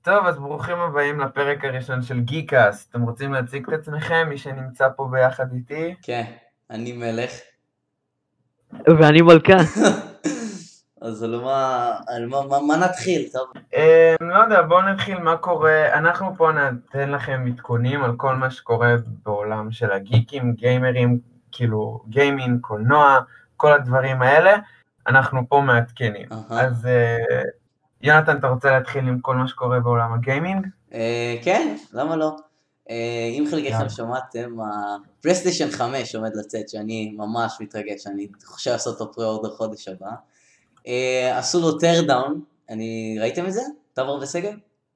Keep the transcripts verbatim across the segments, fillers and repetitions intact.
טוב, אז ברוכים הבאים לפרק הראשון של גיקאסט. אתם רוצים להציג את עצמכם, מי שנמצא פה ביחד איתי? כן, אני מלך. ואני מלכה. אז על מה, על מה, מה, מה נתחיל, טוב? אה, לא יודע, בואו נתחיל מה קורה. אנחנו פה ניתן לכם עדכונים על כל מה שקורה בעולם של הגיקים, גיימרים, כאילו גיימינג, קולנוע, כל הדברים האלה. אנחנו פה מעדכנים. Aha. אז אה, יונתן, אתה רוצה להתחיל עם כל מה שקורה בעולם הגיימינג? אה, כן, למה לא? אה, אם חלקכם יאללה. שמעתם, הפלייסטיישן חמש עומד לצאת, שאני ממש מתרגש, אני חושב לעשות אותו פרי-אורדר חודש הבא. אה, עשו לו טרדאון, אני, ראיתם את זה? תבור וסגל?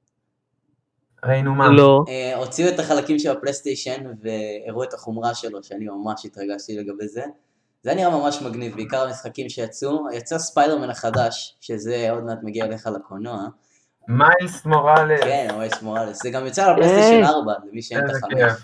ראינו מה? לא. אה, הוציאו את החלקים של הפלייסטיישן והראו את החומרה שלו, שאני ממש התרגשתי לגבי זה. זה נראה ממש מגניב, בעיקר המשחקים שיצאו. יצא ספיידרמן החדש, שזה עוד מעט מגיע אליך לקולנוע. מיילס מוראלס. כן, מיילס מוראלס. זה גם יוצא על הפלייסטיישן ארבע, למי שאין את איזה החמש. כיף.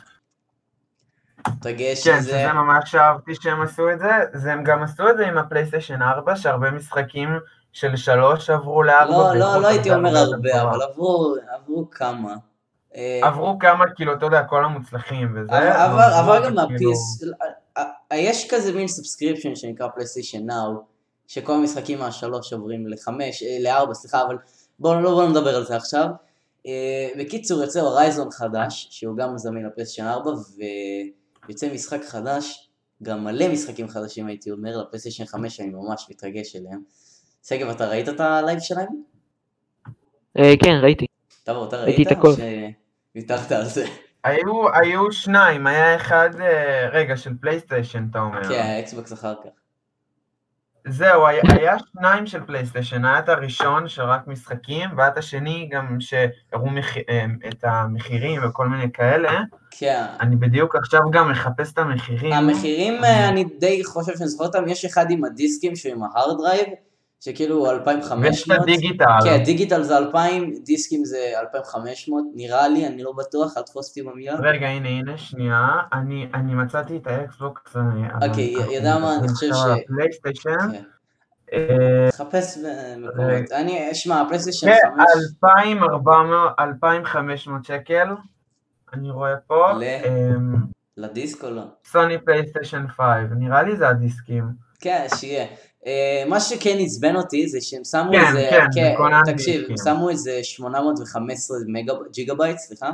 מתרגש כן, שזה... שזה ממש אהבתי שהם עשו את זה. זה הם גם עשו את זה עם הפלייסטיישן ארבע, שהרבה משחקים של שלוש עברו לארבע. לא, לא, באיכות לא הייתי הרבה אומר יותר הרבה, טובה. אבל עברו, עברו כמה. אה, עברו כמה, כאילו, אתה יודע, כל המוצלחים וזה. עבר עבר- ועברו, עבר גם וכאילו- מה-פי אס... יש כזה מין סאבסקריפשן שנקרא פלייסטיישן נאו, שכל המשחקים מהשלוש עוברים לחמש, אה, לארבע, סליחה, אבל בואו לא בוא נדבר על זה עכשיו. אה, בקיצור, יוצא הורייזון חדש, שהוא גם זמין לפלייסטיישן ארבע, ויוצא משחק חדש, גם מלא משחקים חדשים הייתי אומר, לפלייסטיישן חמש שאני ממש מתרגש אליהם. שגב, אתה ראית את הלייב שלהם? אה, כן, ראיתי. טוב, אתה ראיתי ראית? את הכל. או שהתארת על זה? היו, היו שניים, היה אחד, אה, רגע, של פלייסטיישן, אתה אומר. כן, האקסבוקס אחר כך. זהו, היה, היה שניים של פלייסטיישן, היה את הראשון שרק משחקים, והיה את השני גם שהראו מח... את המחירים וכל מיני כאלה. כן. אני בדיוק עכשיו גם מחפש את המחירים. המחירים, אני די חושב שאני זוכר אותם, יש אחד עם הדיסקים שהוא עם ההארד דרייב, שכאילו אלפיים וחמש ויש את מאות. הדיגיטל. כן, דיגיטל זה אלפיים, דיסקים זה אלפיים וחמש מאות, נראה לי, אני לא בטוח, אל תפוס אותי במילה. רגע, הנה, הנה, שנייה. אני, אני מצאתי את האקסבוקס. אבל אוקיי, אנחנו יודע מה, אני מדברים חושב עכשיו על ש- הפלייסטיישן. כן. אה, חפש במקומות. אני, שמע, הפלייסטיישן כן, חמש, אלפיים וארבע מאות, אלפיים וחמש מאות שקל. אני רואה פה. ל- אמ, לדיסק או לא? סוני פלייסטיישן חמש, נראה לי זה הדיסקים. כן, שיהיה. אה, מה שכן עצבן אותי זה שהם שמו כן, איזה, כן, זה קונן תקשיב, דיסקים. שמו איזה שמונה מאות וחמש עשרה מגה, ג'יגה בייט, סליחה,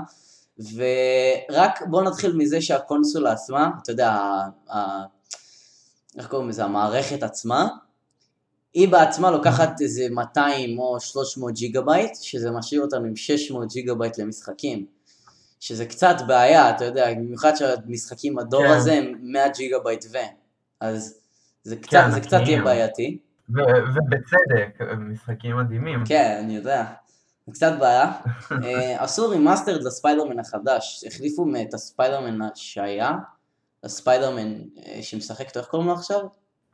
ורק בוא נתחיל מזה שהקונסולה עצמה, אתה יודע, ה- ה- איך קוראים לזה, המערכת עצמה, היא בעצמה לוקחת איזה מאתיים או שלוש מאות ג'יגה בייט, שזה משאיר אותנו עם שש מאות ג'יגה בייט למשחקים, שזה קצת בעיה, אתה יודע, במיוחד שהמשחקים הדור כן. הזה הם מאה ג'יגה בייט ו, אז זה קצת, כן, זה קצת יהיה ענקיים. בעייתי. ו- ובצדק, משחקים מדהימים. כן, אני יודע. זה קצת בעיה. אה, עשו רימאסטרד לספיידרמן החדש. החליפו את הספיידרמן שהיה, לספיידרמן אה, שמשחק, אתה איך קוראים לו עכשיו?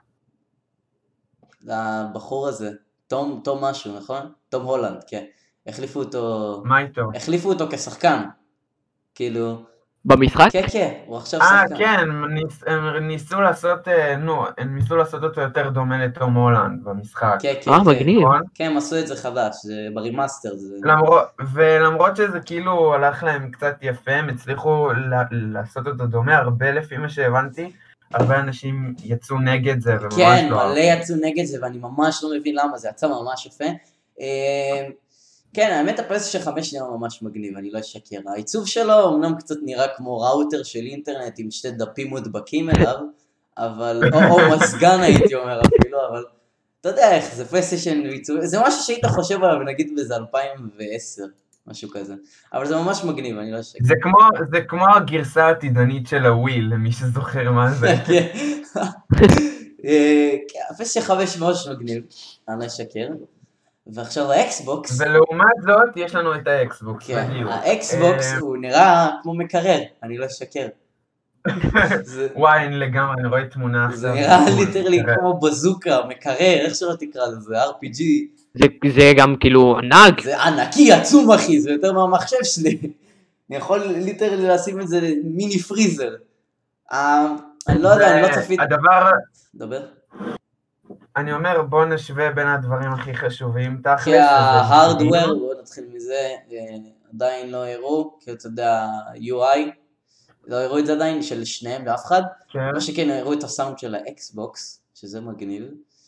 הבחור הזה. תום, תום משהו, נכון? תום הולנד, כן. החליפו אותו, מה איתו? החליפו אותו כשחקן. כאילו, במשחק? כן, כן, הוא עכשיו אה, שחקן. כן, הם ניס- הם ניסו לעשות, אה, נו, הם ניסו לעשות אותו יותר דומה לתום הולנד במשחק. כן, כן, אה, כן. מגניב. נכון? כן, הם עשו את זה חדש, זה ברימאסטר. זה... למרות, ולמרות שזה כאילו הלך להם קצת יפה, הם הצליחו ל- לעשות אותו דומה הרבה לפי מה שהבנתי, הרבה אנשים יצאו נגד זה וממש כן, לא מלא אהבו. יצאו נגד זה, ואני ממש לא מבין למה, זה יצא ממש יפה. אה, כן, האמת הפלייסטיישן חמש נראה ממש מגניב, אני לא אשקר. העיצוב שלו אמנם קצת נראה כמו ראוטר של אינטרנט עם שתי דפים מודבקים אליו, אבל, או, או מזגן הייתי אומר אפילו, אבל אתה יודע איך, זה פלייסטיישן עיצוב, זה משהו שהיית חושב עליו, נגיד באיזה אלפיים ועשר, משהו כזה. אבל זה ממש מגניב, אני לא אשקר. זה כמו, זה כמו הגרסה העתידנית של הוויל, למי שזוכר מה זה. כן. אה, כן, הפלייסטיישן חמש מאוד מגניב, אני לא אשקר. ועכשיו האקסבוקס, ולעומת זאת, יש לנו את האקסבוקס, כן, בדיוק. האקסבוקס אה, הוא נראה כמו מקרר, אני לא אשקר. זה- וואי, אני לגמרי, אני רואה תמונה עכשיו. זה נראה נכון, ליטרלי תראה. כמו בזוקה, מקרר, איך שלא תקרא לזה, אר פי ג'י. זה, זה גם כאילו ענק. זה ענקי עצום אחי, זה יותר מהמחשב שלי. אני יכול ליטרלי לשים את זה מיני פריזר. אה, אני לא יודע, אני לא צפיתי. הדבר, דבר. אני אומר, בוא נשווה בין הדברים הכי חשובים, תכלס. כי ההארדוור, בואו נתחיל מזה, עדיין לא הראו, כי אתה יודע, יו איי, לא הראו את זה עדיין, של שניהם ואף אחד. כן. מה שכן, הראו את הסאונד של האקסבוקס, שזה מגניב.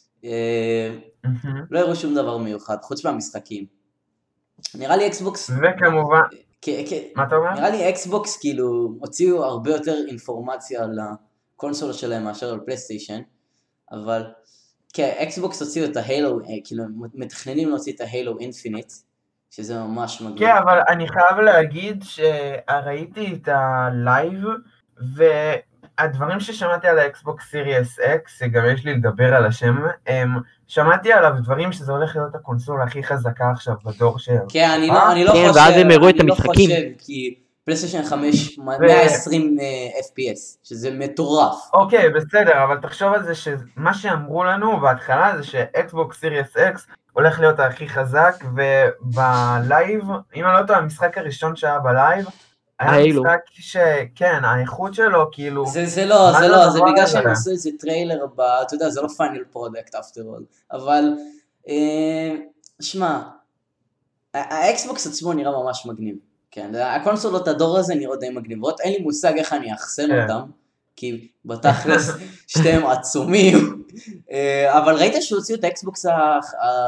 לא הראו שום דבר מיוחד, חוץ מהמשחקים. נראה לי אקסבוקס... וכמובן... מה אתה אומר? נראה לי אקסבוקס כאילו הוציאו הרבה יותר אינפורמציה על הקונסולה שלהם מאשר על פלייסטיישן, אבל כן, אקסבוקס הוציאו את ההיילו, כאילו מתכננים להוציא את ההיילו אינפיניט, שזה ממש מגניב. כן, אבל אני חייב להגיד שראיתי את הלייב, והדברים ששמעתי על האקסבוקס סיריוס אקס, שגם יש לי לדבר על השם, הם... שמעתי עליו דברים שזה הולך להיות הקונסולה הכי חזקה עכשיו בדור של... כן, אני לא, אני לא כן, חושב, ואז הם הראו את אני לא המשחקים. חושב, כי פלייסטיישן חמש, מאה ועשרים אף פי אס, שזה מטורף. אוקיי, בסדר, אבל תחשוב על זה שמה שאמרו לנו בהתחלה זה שאקסבוקס סיריוס אקס הולך להיות הכי חזק, ובלייב, אם אני לא טועה, המשחק הראשון שהיה בלייב, היה משחק שכן, האיכות שלו כאילו... זה, זה לא, זה לא, זה בגלל שהם עשו איזה טריילר, ב, אתה יודע, זה לא פיינל פרודקט אפטר אול, אבל, אה, שמה, האקסבוקס עצמו נראה ממש מגניב, כן, הקונסולות הדור הזה נראות די מגניבות, אין לי מושג איך אני אחסן אותם, כי בתכלס שתיהם עצומים, אבל ראית שהוציאו את האקסבוקס ה...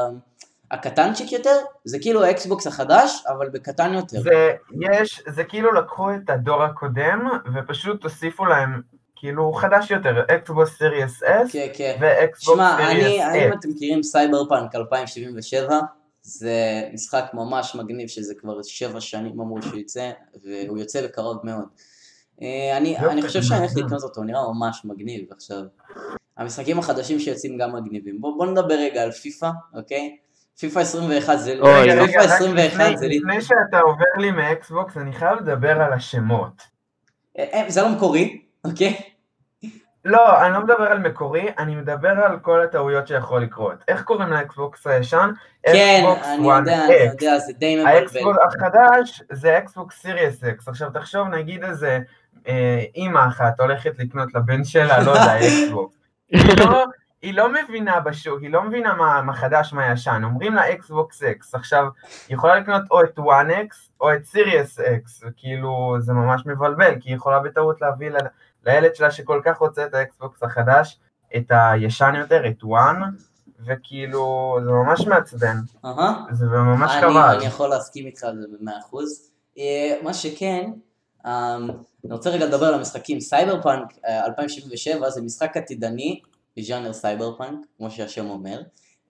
הקטנצ'יק יותר, זה כאילו האקסבוקס החדש, אבל בקטן יותר. זה, יש, זה כאילו לקחו את הדור הקודם, ופשוט תוסיפו להם, כאילו חדש יותר, אקסבוקס סיריוס אס, ואקסבוקס סיריוס אס. אם אתם מכירים סייבר פאנק אלפיים שבעים ושבע, זה משחק ממש מגניב, שזה כבר שבע שנים אמרו שהוא יצא, והוא יוצא בקרוב מאוד. אני, אני חושב שאני הולך לקנות אותו, הוא נראה ממש מגניב. עכשיו, המשחקים החדשים שיוצאים גם מגניבים. בוא, בוא נדבר רגע על פיפה, אוקיי? פיפה עשרים ואחת זה לי, פיפה עשרים ואחת זה לי. לפני שאתה עובר לי מאקסבוקס, אני חייב לדבר על השמות. זה לא מקורי, אוקיי? לא, אני לא מדבר על מקורי, אני מדבר על כל הטעויות שיכול לקרות. איך קוראים לאקסבוקס הישן? כן, אני יודע, אני יודע, זה די מבלבל. האקסבוקס החדש זה אקסבוקס סיריוס אקס. עכשיו תחשוב, נגיד איזה אימא אחת הולכת לקנות לבן שלה, לא יודע, אקסבוקס. היא לא מבינה בשוק, היא לא מבינה מה, מה חדש, מה ישן, אומרים לה אקסבוקס אקס, עכשיו, היא יכולה לקנות או את וואן אקס או את סיריוס אקס, וכאילו זה ממש מבלבל, כי היא יכולה בטעות להביא ל, לילד שלה שכל כך רוצה את האקסבוקס החדש, את הישן יותר, את וואן, וכאילו זה ממש מעצבן, uh-huh. זה ממש אני, חבל. אני יכול להסכים איתך על זה ב-מאה אחוז, מה שכן, um, אני רוצה רגע לדבר על המשחקים, סייבר פאנק אלפיים שבעים ושבע זה משחק עתידני, בז'אנר סייבר פאנק, כמו שהשם אומר.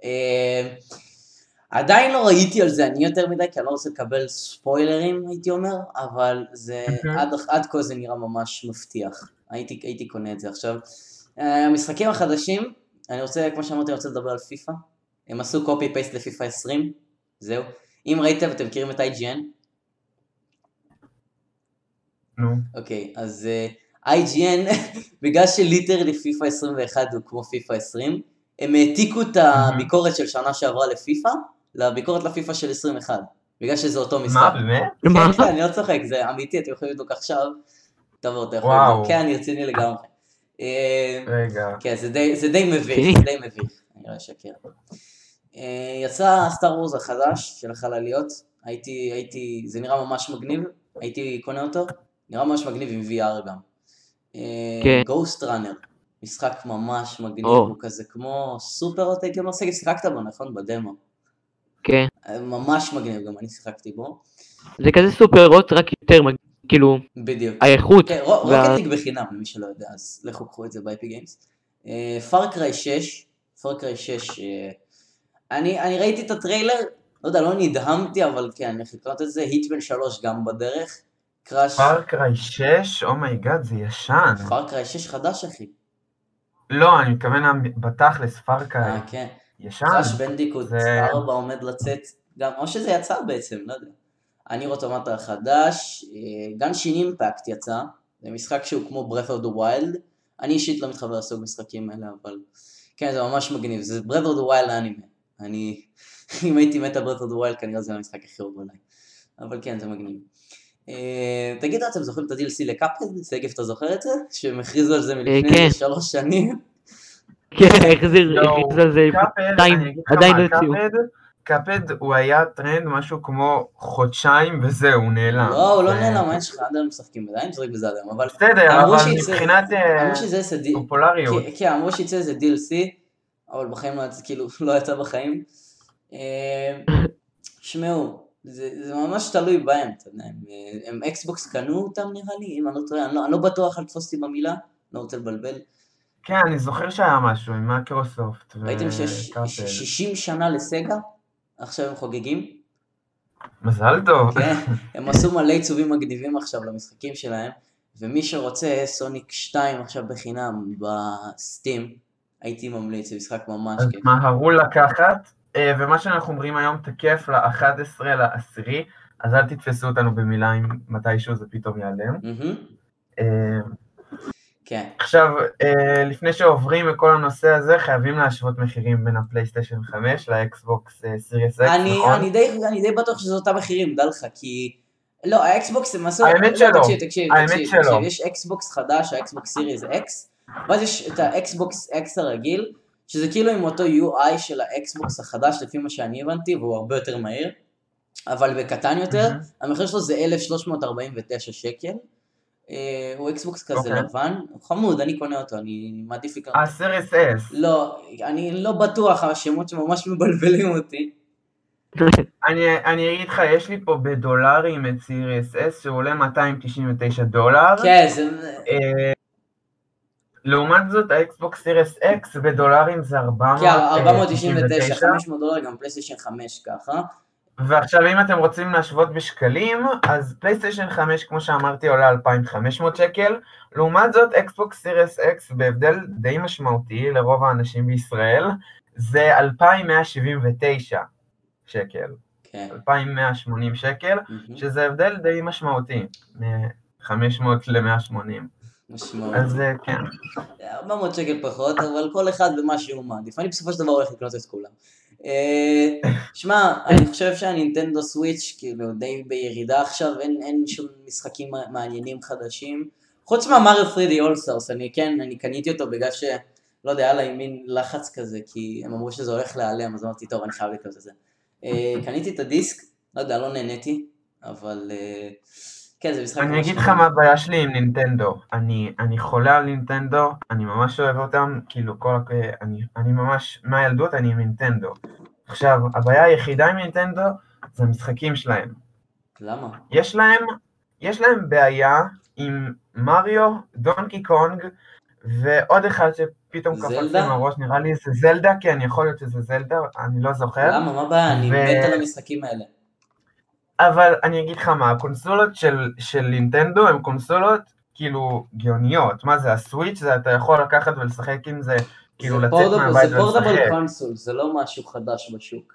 עדיין לא ראיתי על זה אני יותר מדי, כי אני לא רוצה לקבל ספוילרים, הייתי אומר, אבל זה, עד כה זה נראה ממש מבטיח. הייתי קונה את זה עכשיו. המשחקים החדשים, אני רוצה, כמו שאמרתי, אני רוצה לדבר על פיפה. הם עשו קופי פייסט לפיפה עשרים, זהו. אם ראיתם, אתם מכירים את איי ג'י אן? נו. אוקיי, אז... איי ג'י אן, בגלל שליטרלי פיפה עשרים ואחת הוא כמו פיפה עשרים, הם העתיקו את הביקורת של שנה שעברה לפיפה, לביקורת לפיפה של עשרים ואחת, בגלל שזה אותו משחק. מה, באמת? כן, כן, אני לא צוחק, זה אמיתי, אתם יכולים לבדוק עכשיו, תבוא, אתה יכול לבדוק, כן, אני רציני לגמרי. רגע. כן, זה די מביך, זה די מביך, אני לא אשקר. יצא סטאר וורס החדש של החלליות, הייתי, זה נראה ממש מגניב, הייתי קונה אותו, נראה ממש מגניב עם וי אר גם. גוסט ראנר, משחק ממש מגניב, הוא כזה כמו סופר, הייתי אומר, סגי, שיחקת בו, נכון? בדמו. כן. ממש מגניב, גם אני שיחקתי בו. זה כזה סופר רוט, רק יותר, כאילו, בדיוק. האיכות. רוקטיק בחינם, למי שלא יודע, אז לכו קחו את זה באפי גיימס. פארקריי שש, פארקריי שש, אני ראיתי את הטריילר, לא יודע, לא נדהמתי, אבל כן, אני חקרת את זה, היטמן שלוש גם בדרך. פארקריי שש, אומייגאד, זה ישן. פארקריי שש חדש, אחי. לא, אני מתכוון בתכלס, פארקריי ישן. קראש בנדיקוט ארבע עומד לצאת, גם, או שזה יצא בעצם, לא יודע. אני אוטומטה חדש, גנשין אימפקט יצא, זה משחק שהוא כמו Breath of the Wild, אני אישית לא מתחבר לסוג משחקים האלה, אבל כן, זה ממש מגניב, זה Breath of the Wild לאנימה. אני, אם הייתי מת על Breath of the Wild, כנראה זה המשחק הכי אוהב עליי. אבל כן, זה מגניב. תגידו, אתם זוכרים את ה-די אל סי לקאפד? סגף, אתה זוכר את זה? שהם הכריזו על זה מלפני שלוש שנים? כן, החזיר, יואו, הכריז על זה קאפד, שנתיים, אני אגיד לך עדיין לא מה, הוציאו. קאפד, קאפד הוא היה טרנד משהו כמו חודשיים וזהו, הוא נעלם. לא, הוא לא זה- נעלם, מה יש לך? עדיין משחקים, עדיין משחק בזה עד היום, אבל בסדר, אמרו אבל שיצא- מבחינת אה, אמרו שזה איזה די... פופולריות, כן, כן, אמרו שיצא איזה די אל סי, אבל בחיים לא יצא, כאילו, לא יצא בחיים. אה, שמעו, זה, זה ממש תלוי בהם, אתה יודע, הם, הם אקסבוקס קנו אותם נראה לי, אם אני לא טועה, אני לא, אני לא בטוח, אל תפוס אותי במילה, לא רוצה לבלבל. כן, אני זוכר שהיה משהו עם מייקרוסופט ראיתם שיש וקאפד. שישים שנה לסגה, עכשיו הם חוגגים? מזל טוב. כן, הם עשו מלא עיצובים מגניבים עכשיו למשחקים שלהם, ומי שרוצה סוניק שתיים עכשיו בחינם בסטים, הייתי ממליץ, זה משחק ממש אז כיף. מהרו לקחת, אה, ומה שאנחנו אומרים היום תקף ל-אחד עשר לעשירי, אז אל תתפסו אותנו במילה אם מתישהו זה פתאום ייעלם. מהמם, אה, כן. עכשיו, אה, לפני שעוברים לכל הנושא הזה, חייבים להשוות מחירים בין הפלייסטיישן חמש לאקסבוקס אה, סיריוס אקס, אני, נכון? אני, די, אני די בטוח שזה אותם מחירים, דע לך, כי... לא, האקסבוקס הם עשו... האמת לא, שלא, תקשיב, תקשיב, האמת תקשיב, שלא. תקשיב, יש אקסבוקס חדש, האקסבוקס סיריוס אקס, ואז יש את האקסבוקס אקס הרגיל, שזה כאילו עם אותו יו איי של האקסבוקס החדש, לפי מה שאני הבנתי, והוא הרבה יותר מהיר, אבל בקטן יותר, המחיר שלו זה אלף שלוש מאות ארבעים ותשע שקל, אה, הוא אקסבוקס כזה אוקיי. לבן, הוא חמוד, אני קונה אותו, אני מעדיף לקנות. הסיריוס אס. לא, אני לא בטוח, השמות שממש מבלבלים אותי. אני, אני אגיד לך, יש לי פה בדולרים את סיריוס אס, שהוא עולה מאתיים תשעים ותשע דולר. כן, זה... אה, לעומת זאת, האקסבוקס סיריוס אקס בדולרים זה ארבע מאות כן, ארבע מאות תשעים ותשע, תשעים ותשע. חמש מאות דולר, גם פלייסטיישן חמש ככה. ועכשיו אם אתם רוצים להשוות בשקלים, אז פלייסטיישן חמש כמו שאמרתי עולה אלפיים וחמש מאות שקל, לעומת זאת אקסבוקס סיריוס אקס בהבדל די משמעותי לרוב האנשים בישראל, זה אלפיים מאה שבעים ותשע שקל, כן. אלפיים מאה שמונים שקל, מהמם. שזה הבדל די משמעותי, מ-חמש מאות ל-מאה ושמונים, משמעות. אז אה, כן. ארבע מאות שקל פחות, אבל כל אחד במה שהוא מעדיף. אני בסופו של דבר הולך לקנות את כולם. אה, שמע, אני חושב שהנינטנדו סוויץ' כאילו די בירידה עכשיו, אין, אין שום משחקים מעניינים חדשים. חוץ מהמריו תרי די אולסטארס, אני כן, אני קניתי אותו בגלל ש... לא יודע, היה לה מין לחץ כזה, כי הם אמרו שזה הולך להיעלם, אז אמרתי, טוב, אני חייב לקנות את זה. אה, קניתי את הדיסק, לא יודע, לא נהניתי, אבל... אה, כן, זה משחק... אני ממש אגיד לך טוב. מה הבעיה שלי עם נינטנדו, אני, אני חולה על נינטנדו, אני ממש אוהב אותם, כאילו כל, הכ- אני, אני ממש, מהילדות אני עם נינטנדו. עכשיו, הבעיה היחידה עם נינטנדו זה המשחקים שלהם. למה? יש להם, יש להם בעיה עם מריו, דונקי קונג, ועוד אחד שפתאום קפץ לי זלדה? מהראש, נראה לי זה זלדה, כן, יכול להיות שזה זלדה, אני לא זוכר. למה? מה הבעיה? אני ו- מת על המשחקים האלה. אבל אני אגיד לך מה, הקונסולות של, של נינטנדו הן קונסולות כאילו גאוניות. מה זה, הסוויץ' זה אתה יכול לקחת ולשחק עם זה, כאילו זה לצאת פורטבל- מהבית זה פורטבל ולשחק. קונסול, זה לא משהו חדש בשוק.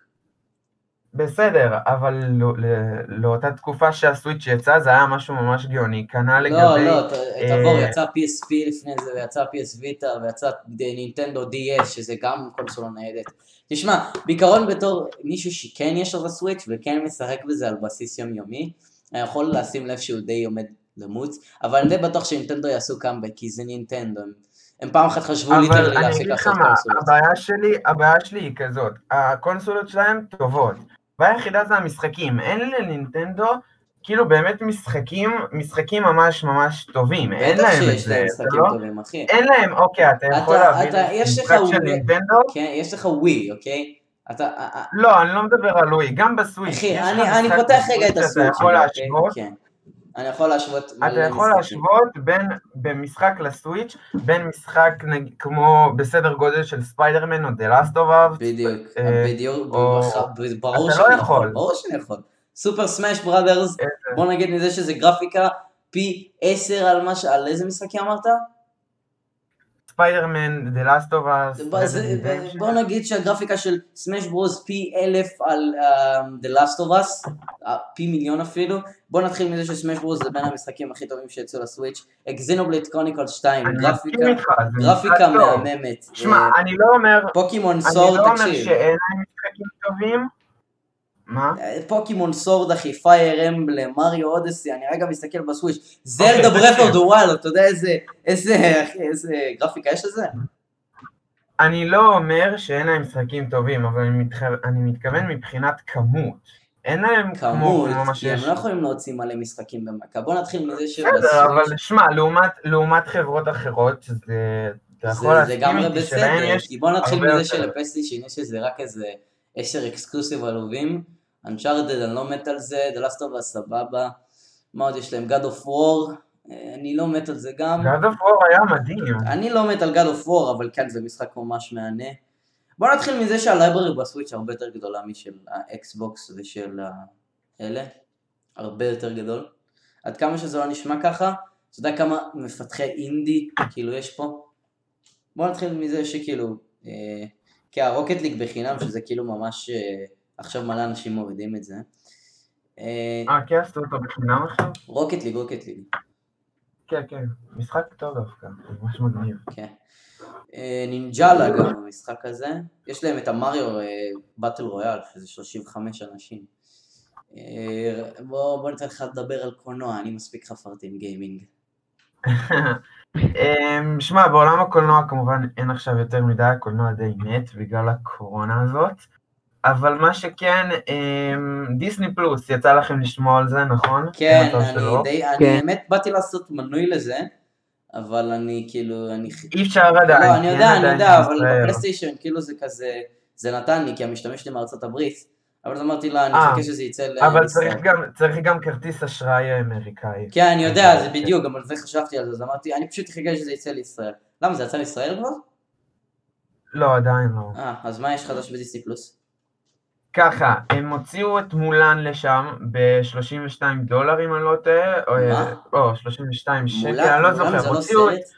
בסדר, אבל לא, לא, לאותה תקופה שהסוויץ' יצא זה היה משהו ממש גאוני. כנ"ל לגבי... לא, לא, ת- אה, תעבור, יצא פי אס פי לפני זה, ויצא פי אס ויטה, ויצא נינטנדו די אס, שזה גם קונסולה ניידת. תשמע, בעיקרון בתור מישהו שכן יש לו סוויץ' וכן משחק בזה על בסיס יומיומי, אני יכול לשים לב שהוא די עומד למוץ, אבל אני די בטוח שנינטנדו יעשו קאמבק, כי זה נינטנדו. הם, הם פעם אחת חשבו אבל ליטרלי אני להפסיק אגיד לך לעשות מה, קונסולות. הבעיה שלי, הבעיה שלי היא כזאת, הקונסולות שלהם טובות, הבעיה היחידה זה המשחקים, אין לנינטנדו כאילו באמת משחקים, משחקים ממש ממש טובים, אין בטח להם את שיש זה, להם אתה משחקים לא? טובים, אחי. אין להם, אוקיי, אתה יכול אתה- להביא אתה- יש לך משחק של ווי- נינטנדו? כן, יש לך ווי, אוקיי? אתה... אה, אה, לא, אני לא מדבר על לואי, גם בסוויץ', אחי, יש לך אני, אני משחק פותח רגע את בסוויץ' שאתה הסוויץ' יכול שלי, להשוות, אוקיי? כן. אני יכול להשוות אתה מלא יכול משחקים. להשוות בין, במשחק לסוויץ', בין משחק נג- כמו בסדר גודל של ספיידרמן או The Last of Us, בדיוק, אה, בדיוק, או- ברור אתה שאני לא יכול, יכול. ברור שאני יכול. סופר סמאש בראדרס, איזה- בוא נגיד מזה שזה גרפיקה פי עשר על מה ש... על איזה משחקים אמרת? ספיידרמן, The Last of Us, ב- זה- Red Dead Redemption. בוא נגיד שהגרפיקה של סמאש ברוס פי אלף על um, The Last of Us, uh, פי מיליון אפילו. בוא נתחיל מזה שסמאש ברוס זה בין המשחקים הכי טובים שיצאו לסוויץ'. אקזינובלייד קרוניקל שתיים, אני גרפיקה, מסכים איתך, זה גרפיקה משחק טוב. מהממת. שמע, אה, אני לא אומר, פוקימון אני סורד, לא אומר תקשיב. שאין להם משחקים טובים. מה? פוקימון סורד אחי, פייר אמבלם, מריו אודסי, אני רגע מסתכל בסוויץ', זלדה ברף תקשיב. אוף דה ווילד, אתה יודע איזה, איזה, אחי, איזה גרפיקה יש לזה? אני לא אומר שאין להם משחקים טובים, אבל אני, מתח... אני מתכוון מבחינת כמות. אין להם כמו כמות, מה כי הם שיש... לא יכולים להוציא מלא משחקים במכה. בוא נתחיל מזה בסדר, אבל שבסוויץ' שמע, לעומת, לעומת חברות אחרות, שזה... אתה יכול זה, זה להסכים גמרי איתי שלהם בסדר, יש כי בוא נתחיל הרבה מזה יותר. שלפלייסטיישן יש איזה רק איזה עשר אקסקלוסיב עלובים, Uncharted אני לא מת על זה, The Last of Us סבבה, מה עוד יש להם? God of War, אה, אני לא מת על זה גם, God of War היה מדהים. אני לא מת על God of War, אבל כן זה משחק ממש מהנה. בוא נתחיל מזה שהלייברי בסוויץ' הרבה יותר גדולה משל האקסבוקס ושל האלה, הרבה יותר גדול. עד כמה שזה לא נשמע ככה, אתה יודע כמה מפתחי אינדי כאילו יש פה? בוא נתחיל מזה שכאילו, אה, כי הרוקט ליג בחינם, שזה כאילו ממש, אה, עכשיו מלא אנשים מורידים את זה. אה, אה, כן, עשו אותו בחינם עכשיו? רוקט ליג, רוקט ליג, כן, כן, משחק טוב דווקא, ממש מגניב. כן. אה, נינג'אלה גם במשחק הזה, יש להם את המריו אה, באטל רויאל, שזה שלושים וחמישה אנשים. אה, בוא, בוא ניתן לך לדבר על קולנוע, אני מספיק חפרתי עם גיימינג. אמ, שמע, בעולם הקולנוע כמובן אין עכשיו יותר מדי, הקולנוע די מת בגלל הקורונה הזאת, אבל מה שכן, אמ, דיסני פלוס, יצא לכם לשמוע על זה, נכון? כן, אין מצב אני שלא. די, אני כן. האמת באתי לעשות מנוי לזה, אבל אני כאילו, אני... אי אפשר עדיין, לא, אני כי אין יודע, אני עדיין יודע, אבל בישראל. בפלייסטיישן כאילו זה כזה, זה נתן לי, כי המשתמש שלי מארצות הברית, אבל אז אמרתי לה, אני אה, אחכה שזה יצא אבל לישראל. צריך גם, צריך גם כרטיס אשראי אמריקאי. כן, אני יודע, זה בדיוק, גם על זה חשבתי על זה, אז אמרתי, אני פשוט אחכה שזה יצא לישראל. למה, זה יצא לישראל כבר? לא, עדיין לא. אה, אז מה יש חדש בדיסני פלוס? ככה, הם הוציאו את מולן לשם ב-שלושים ושתיים דולר אם אני לא טועה, או- מה? או שלושים ושתיים שקל, מולן, אני לא מולן זוכר, זה לא הוציאו את סרט?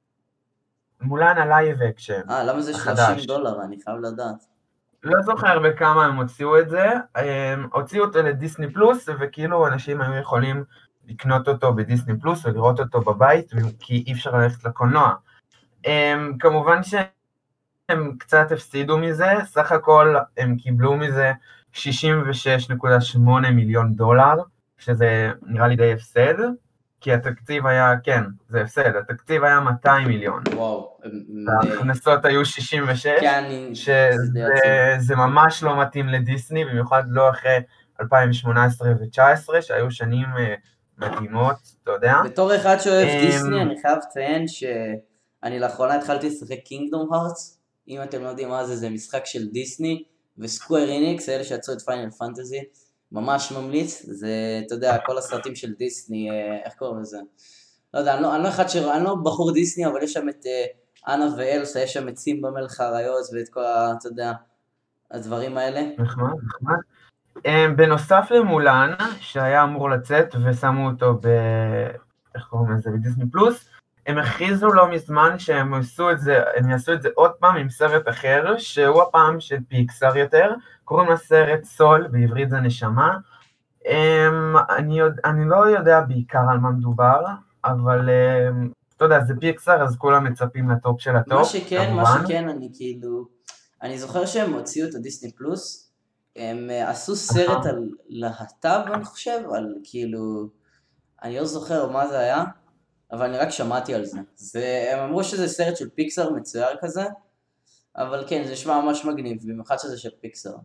מולן הלייב אקשן, אה, למה זה החדש. שלושים דולר? אני חייב לדעת. לא זוכר בכמה הם הוציאו את זה, הם הוציאו אותו לדיסני פלוס, וכאילו אנשים היו יכולים לקנות אותו בדיסני פלוס ולראות אותו בבית, כי אי אפשר ללכת לקולנוע. הם, כמובן שהם קצת הפסידו מזה, סך הכל הם קיבלו מזה שישים ושש נקודה שמונה מיליון דולר, שזה נראה לי די הפסד, כי התקציב היה, כן, זה הפסד, התקציב היה מאתיים מיליון. וואו. ההכנסות היו שישים ושש, כן, אני... שזה ממש לא מתאים לדיסני, במיוחד לא אחרי אלפיים שמונה עשרה ו-תשע עשרה, שהיו שנים מדהימות, אתה יודע. בתור אחד שאוהב דיסני, אני חייב לציין שאני לאחרונה התחלתי לשחק קינגדום הארטס, אם אתם לא יודעים מה זה, זה משחק של דיסני, וסקוואר איניקס, אלה שיצאו את פיינל פנטזי, ממש ממליץ, זה, אתה יודע, כל הסרטים של דיסני, איך קוראים לזה? לא יודע, אני לא, אני לא אחד ש... אני לא בחור דיסני, אבל יש שם את uh, אנה ואלסה, יש שם את סימבה מלך האריות, ואת כל ה... אתה יודע, הדברים האלה. נחמד, נחמד. Um, בנוסף למולן, שהיה אמור לצאת, ושמו אותו ב... איך קוראים לזה? בדיסני פלוס, הם הכריזו לא מזמן שהם יעשו את זה, הם יעשו את זה עוד פעם עם סרט אחר, שהוא הפעם של פיקסאר יותר, קוראים לסרט סול, בעברית זה נשמה. Um, אני, יודע, אני לא יודע בעיקר על מה מדובר, אבל um, אתה יודע, זה פיקסאר, אז כולם מצפים לטופ של הטופ. מה שכן, כמובן. מה שכן, אני כאילו, אני זוכר שהם הוציאו את הדיסני פלוס, הם uh, עשו סרט על להט"ב, אני חושב, על כאילו, אני לא זוכר מה זה היה, אבל אני רק שמעתי על זה. זה, הם אמרו שזה סרט של פיקסאר מצויר כזה, אבל כן, זה נשמע ממש מגניב, במיוחד שזה של פיקסאר.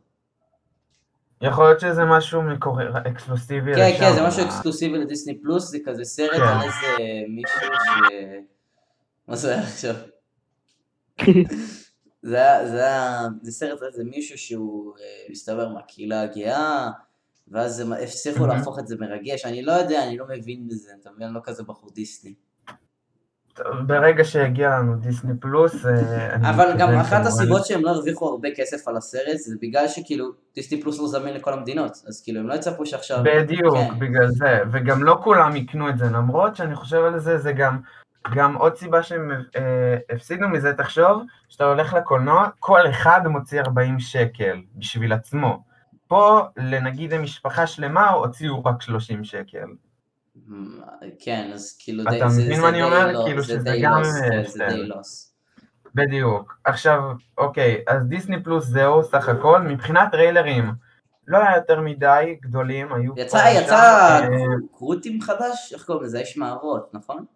יכול להיות שזה משהו מקורי, אקסקלוסיבי כן, לשם. כן, זה משהו אקסקלוסיבי לדיסני פלוס, זה כזה סרט כן. על איזה מישהו ש... מה זה היה עכשיו? זה, היה, זה, היה, זה סרט על איזה מישהו שהוא מסתבר מהקהילה הגאה, ואז הם הפסיכו להפוך את זה מרגש, אני לא יודע, אני לא מבין בזה, אתה מבין, אני לא כזה בחור דיסני. ברגע שהגיע לנו דיסני פלוס, אבל גם אחת הסיבות שהם לא הרוויחו הרבה כסף על הסרט, זה בגלל שכאילו דיסני פלוס לא זמין לכל המדינות, אז כאילו הם לא יצפו שעכשיו... בדיוק, כן. בגלל זה, וגם לא כולם יקנו את זה, למרות שאני חושב על זה, זה גם, גם עוד סיבה שהם אה, הפסידו מזה, תחשוב, שאתה הולך לקולנוע, כל אחד מוציא ארבעים שקל בשביל עצמו. פה, לנגיד המשפחה שלמה, הוציאו רק שלושים שקל. כן, אז כאילו אתה מבין מה אני אומר? כאילו שזה גם... זה די לוס. בדיוק. עכשיו, אוקיי, אז דיסני פלוס זהו סך הכל, מבחינת טריילרים, לא היה יותר מדי גדולים, היו... יצא, יצא קרוטים חדש? איך קוראים לזה? יש מערות, נכון?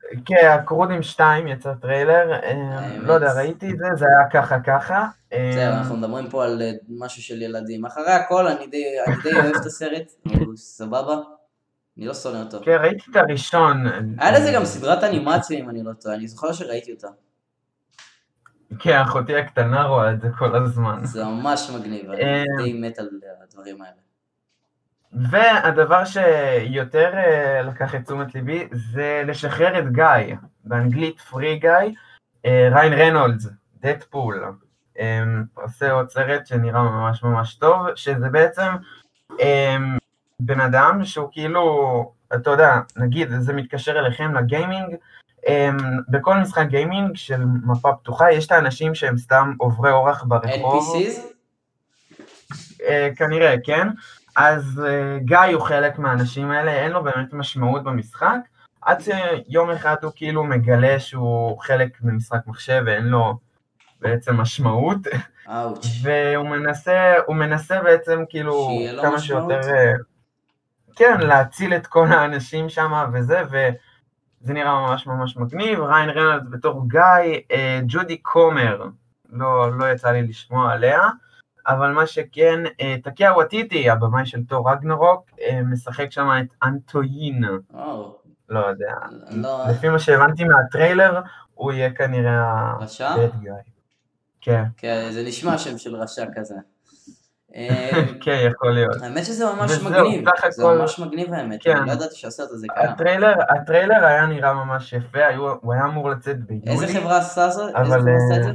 כן, הקרודים שתיים יצא טריילר, אמ, לא יודע, האמת. ראיתי את זה, זה היה ככה ככה. בסדר, אמ, אנחנו מדברים פה על אה, משהו של ילדים. אחרי הכל, אני די, אני די אוהב את הסרט, הוא סבבה, אני לא שונא אותו. כן, ראיתי את הראשון. היה לזה גם אה, סדרת אנימציה, אם אני לא טועה, אני זוכר שראיתי אותה. כן, אחותי הקטנה רואה את זה כל הזמן. זה ממש מגניב, אני אמ, די מת על הדברים האלה. והדבר שיותר אה, לקח את תשומת ליבי זה לשחרר את גיא, באנגלית פרי גיא, אה, ריין רנולדס, דדפול, אה, עושה עוד סרט שנראה ממש ממש טוב, שזה בעצם אה, בן אדם שהוא כאילו, אתה יודע, נגיד זה מתקשר אליכם לגיימינג, אה, בכל משחק גיימינג של מפה פתוחה יש את האנשים שהם סתם עוברי אורח אן ברחוב, פי סיז? אה, כנראה, כן? אז אה, גיא הוא חלק מהאנשים האלה, אין לו באמת משמעות במשחק, עד שיום אחד הוא כאילו מגלה שהוא חלק ממשחק מחשב ואין לו בעצם משמעות, אאוץ'. והוא מנסה, הוא מנסה בעצם כאילו שיהיה לו כמה משמעות? שיותר, אה, כן, להציל את כל האנשים שם וזה, וזה נראה ממש ממש מגניב. ריין רנולדס בתור גיא, אה, ג'ודי קומר, לא, לא יצא לי לשמוע עליה, אבל מה שכן, טקיה וואטיטי, הבמאי של תור רגנרוק, משחק שם את אנטוין, וואו. לא יודע, לא... לפי מה שהבנתי מהטריילר, הוא יהיה כנראה רשע? bad guy. כן, כן, זה נשמע שם של רשע כזה. כן, יכול להיות. האמת שזה ממש וזהו, מגניב, סך זה הכל- ממש מגניב האמת, כן. אני לא ידעתי שהסרט הזה קיים. הטריילר, הטריילר היה נראה ממש יפה, היו- הוא היה אמור לצאת ביולי. איזה חברה עשה זה? איזה אבל, חברה עשה את זה?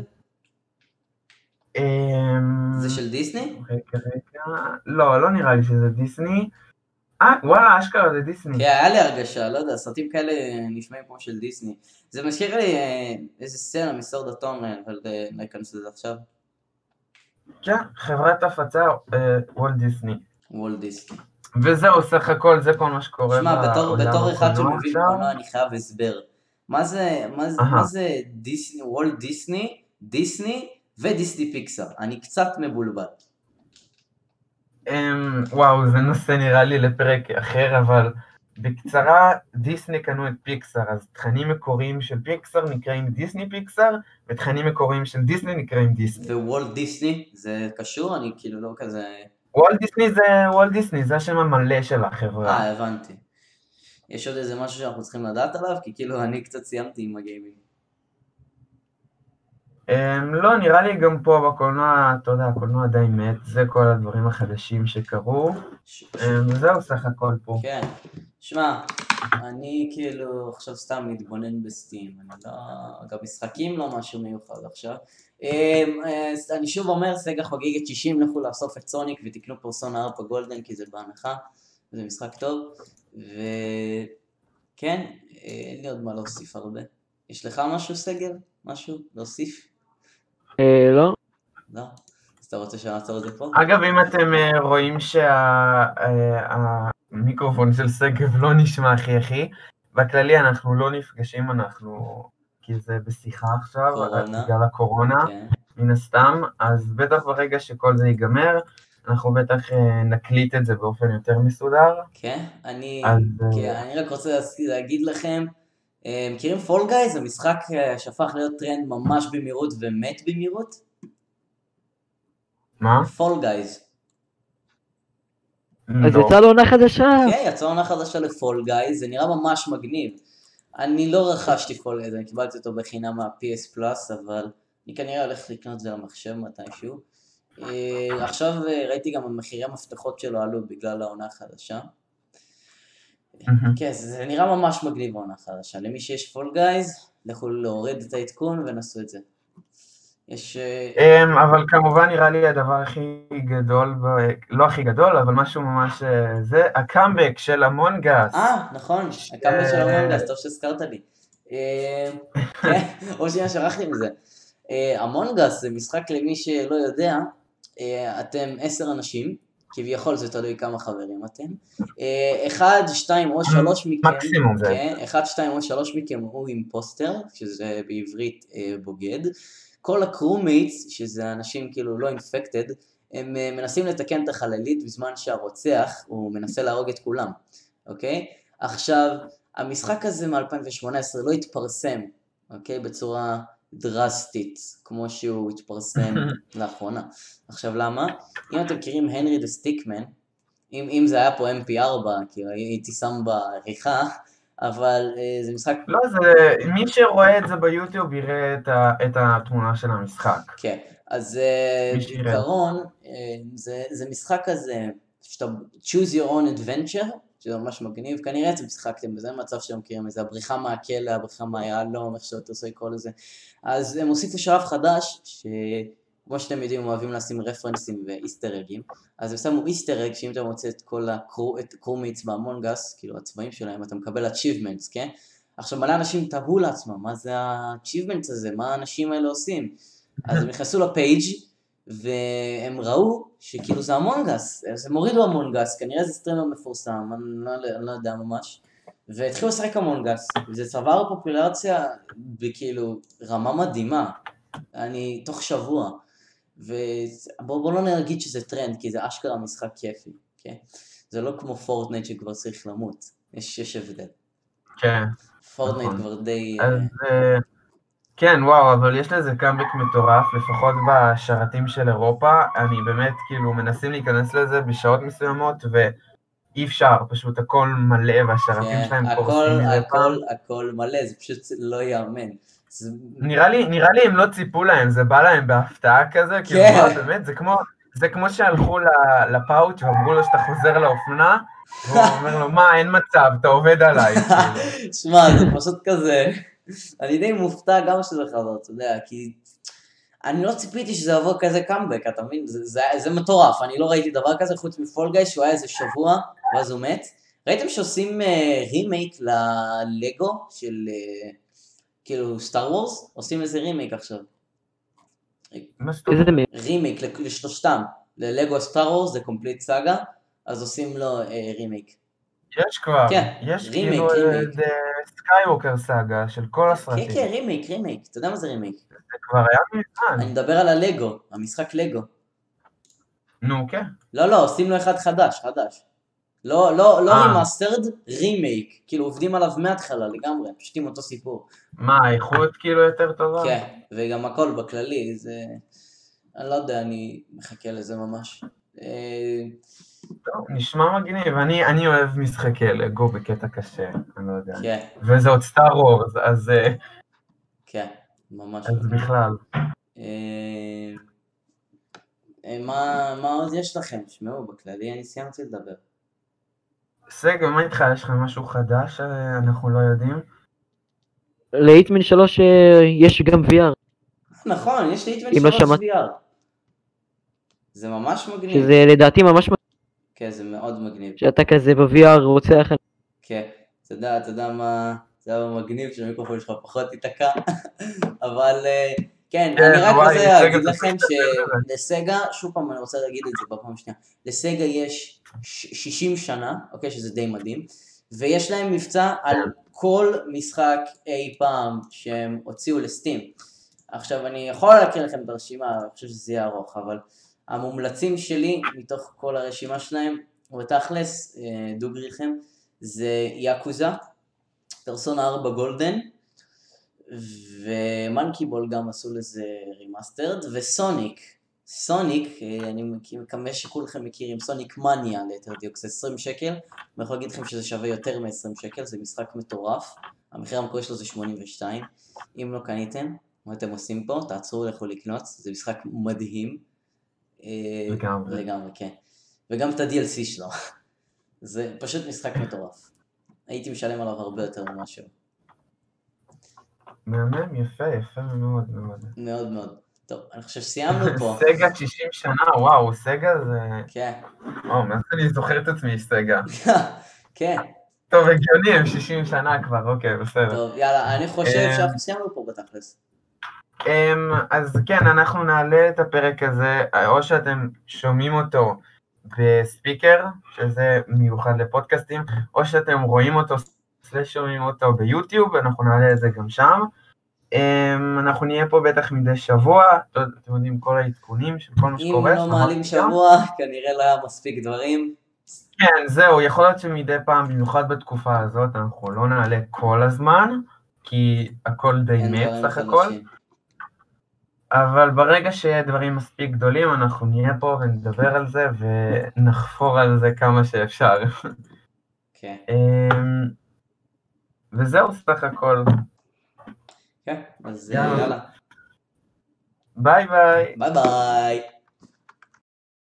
אמ, זה של דיסני? רגע, רגע, לא, לא נראה לי שזה דיסני. אה, וואלה, אשכרה זה דיסני. כן, היה לי הרגשה, לא יודע, סרטים כאלה נשמעים כמו של דיסני. זה מזכיר לי אה, איזה סצנה מסורד אטום, אבל אה, לא אכנס לזה עכשיו. כן, חברת הפצה וולט דיסני. וולט דיסני. וזהו, סך הכל, זה כל מה שקורה שמע, בתור, בעולם בתור אחד הקולנוע שמבין עכשיו. קולנוע אני חייב הסבר. מה זה, מה זה, אהה. מה זה דיסני, וולט דיסני, דיסני ודיסני פיקסאר? אני קצת מבולבל. אמ, וואו, זה נושא נראה לי לפרק אחר, אבל בקצרה, דיסני קנו את פיקסאר, אז תכנים מקוריים של פיקסאר נקראים דיסני פיקסאר, ותכנים מקוריים של דיסני נקראים דיסני. ווולט דיסני, זה קשור? אני כאילו לא כזה... וולט דיסני זה וולט דיסני, זה השם המלא של החברה. אה, הבנתי. יש עוד איזה משהו שאנחנו צריכים לדעת עליו? כי כאילו אני קצת סיימתי עם הגיימינג. אמ, לא, נראה לי גם פה בקולנוע, אתה יודע, הקולנוע די מת, זה כל הדברים החדשים שקרו. ש- אמ, זהו סך הכל פה. כן. שמע, אני כאילו עכשיו סתם מתבונן בסטים, אני לא... גם משחקים לא משהו מיוחד עכשיו. אמ, אה, אני שוב אומר, סגה חוגגת שישים, לכו לאסוף את סוניק ותקנו פרסונה ארבע גולדן כי זה בהנחה, זה משחק טוב, וכן, אין לי עוד מה להוסיף הרבה. יש לך משהו סגל? משהו להוסיף? אה, לא? לא? אז אתה רוצה שנעצור את זה פה? אגב, אם אתם אה, רואים שהמיקרופון של שגב לא נשמע הכי הכי, בכללי אנחנו לא נפגשים, אנחנו, כי זה בשיחה עכשיו, קורונה. בגלל הקורונה, כן. מן הסתם, אז בטח ברגע שכל זה ייגמר, אנחנו בטח אה, נקליט את זה באופן יותר מסודר. כן, אני, אז, כן, אני רק רוצה להגיד לכם, אה, מכירים פול גאי? זה משחק אה, שהפך להיות טרנד ממש במהירות ומת במהירות? מה? פול גאיז. אז לא. יצא לו עונה חדשה. כן, יצאה עונה חדשה לפול גאיז, זה נראה ממש מגניב. אני לא רכשתי פול גאיז, אני קיבלתי אותו בחינם מה-פי אס פלאס, אבל אני כנראה הולך לקנות את זה למחשב מתישהו. אה, עכשיו אה, ראיתי גם המחירי המפתחות שלו עלו בגלל העונה החדשה. מהמם. כן, זה נראה ממש מגניב העונה החדשה. למי שיש פול גאיז, לכו להוריד את העדכון ונסו את זה. יש... אה, אמ, אבל כמובן נראה לי הדבר הכי גדול, ב- לא הכי גדול, אבל משהו ממש אה, זה, הקאמבק של המונגס. אה, נכון, הקאמבק של המונגס, טוב שהזכרת לי. אה, כן, או שנייה שכחתי מזה. אה, המונגס זה משחק למי שלא יודע, אה, אתם עשר אנשים, כביכול זה תלוי כמה חברים אתם. אה, אחד, שתיים או שלוש מכם, מקסימום זה. כן, אחד, שתיים או שלוש מכם הוא אימפוסטר, שזה בעברית אה, בוגד. כל הקרומייטס, שזה אנשים כאילו לא אינפקטד, הם אה, מנסים לתקן את החללית בזמן שהרוצח הוא מנסה להרוג את כולם, אוקיי? עכשיו, המשחק הזה מ-אלפיים ושמונה עשרה לא התפרסם, אוקיי? בצורה דרסטית, כמו שהוא התפרסם לאחרונה. עכשיו למה? אם אתם מכירים הנרי דה סטיקמן, אם, אם זה היה פה אם פי ארבע, כי הייתי שם בעריכה, אבל אה, זה משחק... לא, זה, מי שרואה את זה ביוטיוב יראה את, ה, את התמונה של המשחק. כן, אז אה, מי שיראה. בעיקרון, אה, זה, זה משחק כזה, שאתה choose your own adventure, שזה ממש מגניב, כנראה אתם משחקתם בזה, מצב שאתם מכירים איזה, הבריחה מהכלא, הבריחה מהיהלום, איך שאתה עושה לקרוא לזה. אז הם הוסיפו שלב חדש, שכמו שאתם יודעים, הם אוהבים לשים רפרנסים ואיסטר אגים, אז הם שמו איסטר אג, שאם אתה מוצא את כל הקרומיץ באמונגס, כאילו הצבעים שלהם, אתה מקבל achievements, כן? עכשיו מלא אנשים תהו לעצמם, מה זה ה-achievements הזה, מה האנשים האלה עושים? אז הם נכנסו לפייג' והם ראו שכאילו זה אמונגס, אז הם הורידו אמונגס, כנראה זה סטרימר מפורסם, אני לא, אני לא יודע ממש, והתחילו לשחק אמונגס, וזה צבר פופולרציה בכאילו רמה מדהימה, אני תוך שבוע, ובואו בוא לא נגיד שזה טרנד, כי זה אשכרה משחק כיפי, כן? זה לא כמו פורטנייט שכבר צריך למות, יש, יש הבדל. כן. פורטנייט נכון. כבר די... אז... כן, וואו, אבל יש לזה קאמבק מטורף, לפחות בשרתים של אירופה, אני באמת, כאילו, מנסים להיכנס לזה בשעות מסוימות, ואי אפשר, פשוט הכל מלא, והשרתים כן, שלהם הכל, קורסים מדי הכל, פעם. הכל מלא, זה פשוט לא יאמן. זה... נראה לי, נראה לי הם לא ציפו להם, זה בא להם בהפתעה כזה, כאילו, כן. מה, באמת, זה כמו, זה כמו שהלכו ל- לפאוץ' ואמרו לו שאתה חוזר לאופנה, והוא אומר לו, מה, אין מצב, אתה עובד עליי, כאילו. שמע, זה פשוט כזה, אני די מופתע גם שזה חזר, אתה יודע, כי אני לא ציפיתי שזה יבוא כזה קאמבק, אתה מבין? זה, זה, זה מטורף, אני לא ראיתי דבר כזה חוץ מפול גאי שהוא היה איזה שבוע, ואז הוא מת. ראיתם שעושים uh, רימייק ללגו של uh, כאילו סטאר וורס? עושים איזה רימייק עכשיו. מה זאת אומרת? איזה מ... רימייק לשלושתם, ללגו סטאר וורס, זה קומפליט סאגה, אז עושים לו uh, רימייק. יש כבר, כן, יש רימייק, כאילו רימייק. את סקייווקר סאגה של כל כן, הסרטים. כן, רימייק, רימייק, אתה יודע מה זה רימייק? זה כבר היה מזמן. אני מדבר על הלגו, המשחק לגו. נו, כן. לא, לא, עושים לו אחד חדש, חדש. לא, לא, לא אה. רימאסטרד, רימייק. כאילו עובדים עליו מההתחלה לגמרי, פשוט עם אותו סיפור. מה, האיכות כאילו יותר טובה? כן, וגם הכל בכללי, זה... אני לא יודע, אני מחכה לזה ממש. אה, טוב, נשמע מגניב. אני, אני אוהב משחקי לגו בקטע קשה, אני לא יודע. כן, וזה עוד סטאר וורס, אז, אה, כן, ממש. אז בכלל. אה, אה, מה, מה עוד יש לכם? שמעו, בכללי אני סיימתי לדבר. סגל, מה איתך? יש לך משהו חדש שאנחנו לא יודעים? להיטמן שלוש אה, יש גם וי אר, נכון, יש לי איטמן אם לא שלוש שמעת- וי אר. זה ממש מגניב. שזה לדעתי ממש מ- כן, זה מאוד מגניב. שאתה כזה ב-וי אר רוצח, כן, אתה יודע, אתה יודע מה, זה היה מגניב שהמיקרופון שלך פחות ייתקע, אבל אה, כן, כן, אני רק וואי, רוצה סגה, להגיד אתה לכם צריך לדבר על שלסגה, שוב פעם אני רוצה להגיד את זה בפעם השנייה, לסגה יש ש- שישים שנה, אוקיי, שזה די מדהים, ויש להם מבצע על כל משחק אי פעם שהם הוציאו לסטים. עכשיו אני יכול להקריא לכם את הרשימה, אני חושב שזה יהיה ארוך, אבל המומלצים שלי מתוך כל הרשימה שלהם, ובתכלס, אה, דוגריכם, זה יאקוזה, פרסונה ארבע גולדן, ומנקי בול גם עשו לזה רימאסטרד, וסוניק, סוניק, אני מקווה שכולכם מכירים, סוניק מניה ליתר דיוק, זה עשרים שקל, אני יכול להגיד לכם שזה שווה יותר מ-עשרים שקל, זה משחק מטורף, המחיר המקורי שלו זה שמונים ושתיים, אם לא קניתם, מה אתם עושים פה, תעצרו לכו לקנות, זה משחק מדהים, לגמרי. לגמרי, כן, וגם את ה-די אל סי שלו, זה פשוט משחק מטורף, הייתי משלם עליו הרבה יותר ממשהו. מהמם, יפה, יפה מאוד מאוד. מאוד מאוד. טוב, אני חושב שסיימנו פה. סגה שישים שנה, וואו, סגה זה... כן. וואו, מאז אני זוכר את עצמי סגה. כן. טוב, הגיוני, הם שישים שנה כבר, אוקיי, בסדר. טוב, יאללה, אני חושב שאנחנו סיימנו פה בתכלס. אמ, אז כן, אנחנו נעלה את הפרק הזה, או שאתם שומעים אותו בספיקר, שזה מיוחד לפודקאסטים, או שאתם רואים אותו, סלש שומעים אותו ביוטיוב, אנחנו נעלה את זה גם שם. אמ, אנחנו נהיה פה בטח מדי שבוע, אתם יודעים, כל העדכונים של כל מה אם שקורה. לא מעלים שבוע, כנראה לא היה מספיק דברים. כן, זהו, יכול להיות שמדי פעם, במיוחד בתקופה הזאת, אנחנו לא נעלה כל הזמן, כי הכל די אין מת דברים סך הכל, חדשים. אבל ברגע שיהיה דברים מספיק גדולים, אנחנו נהיה פה ונדבר על זה, ונחפור על זה כמה שאפשר. כן. אמ, וזהו סך הכל. כן, אז יאללה. יאללה. ביי ביי. ביי ביי.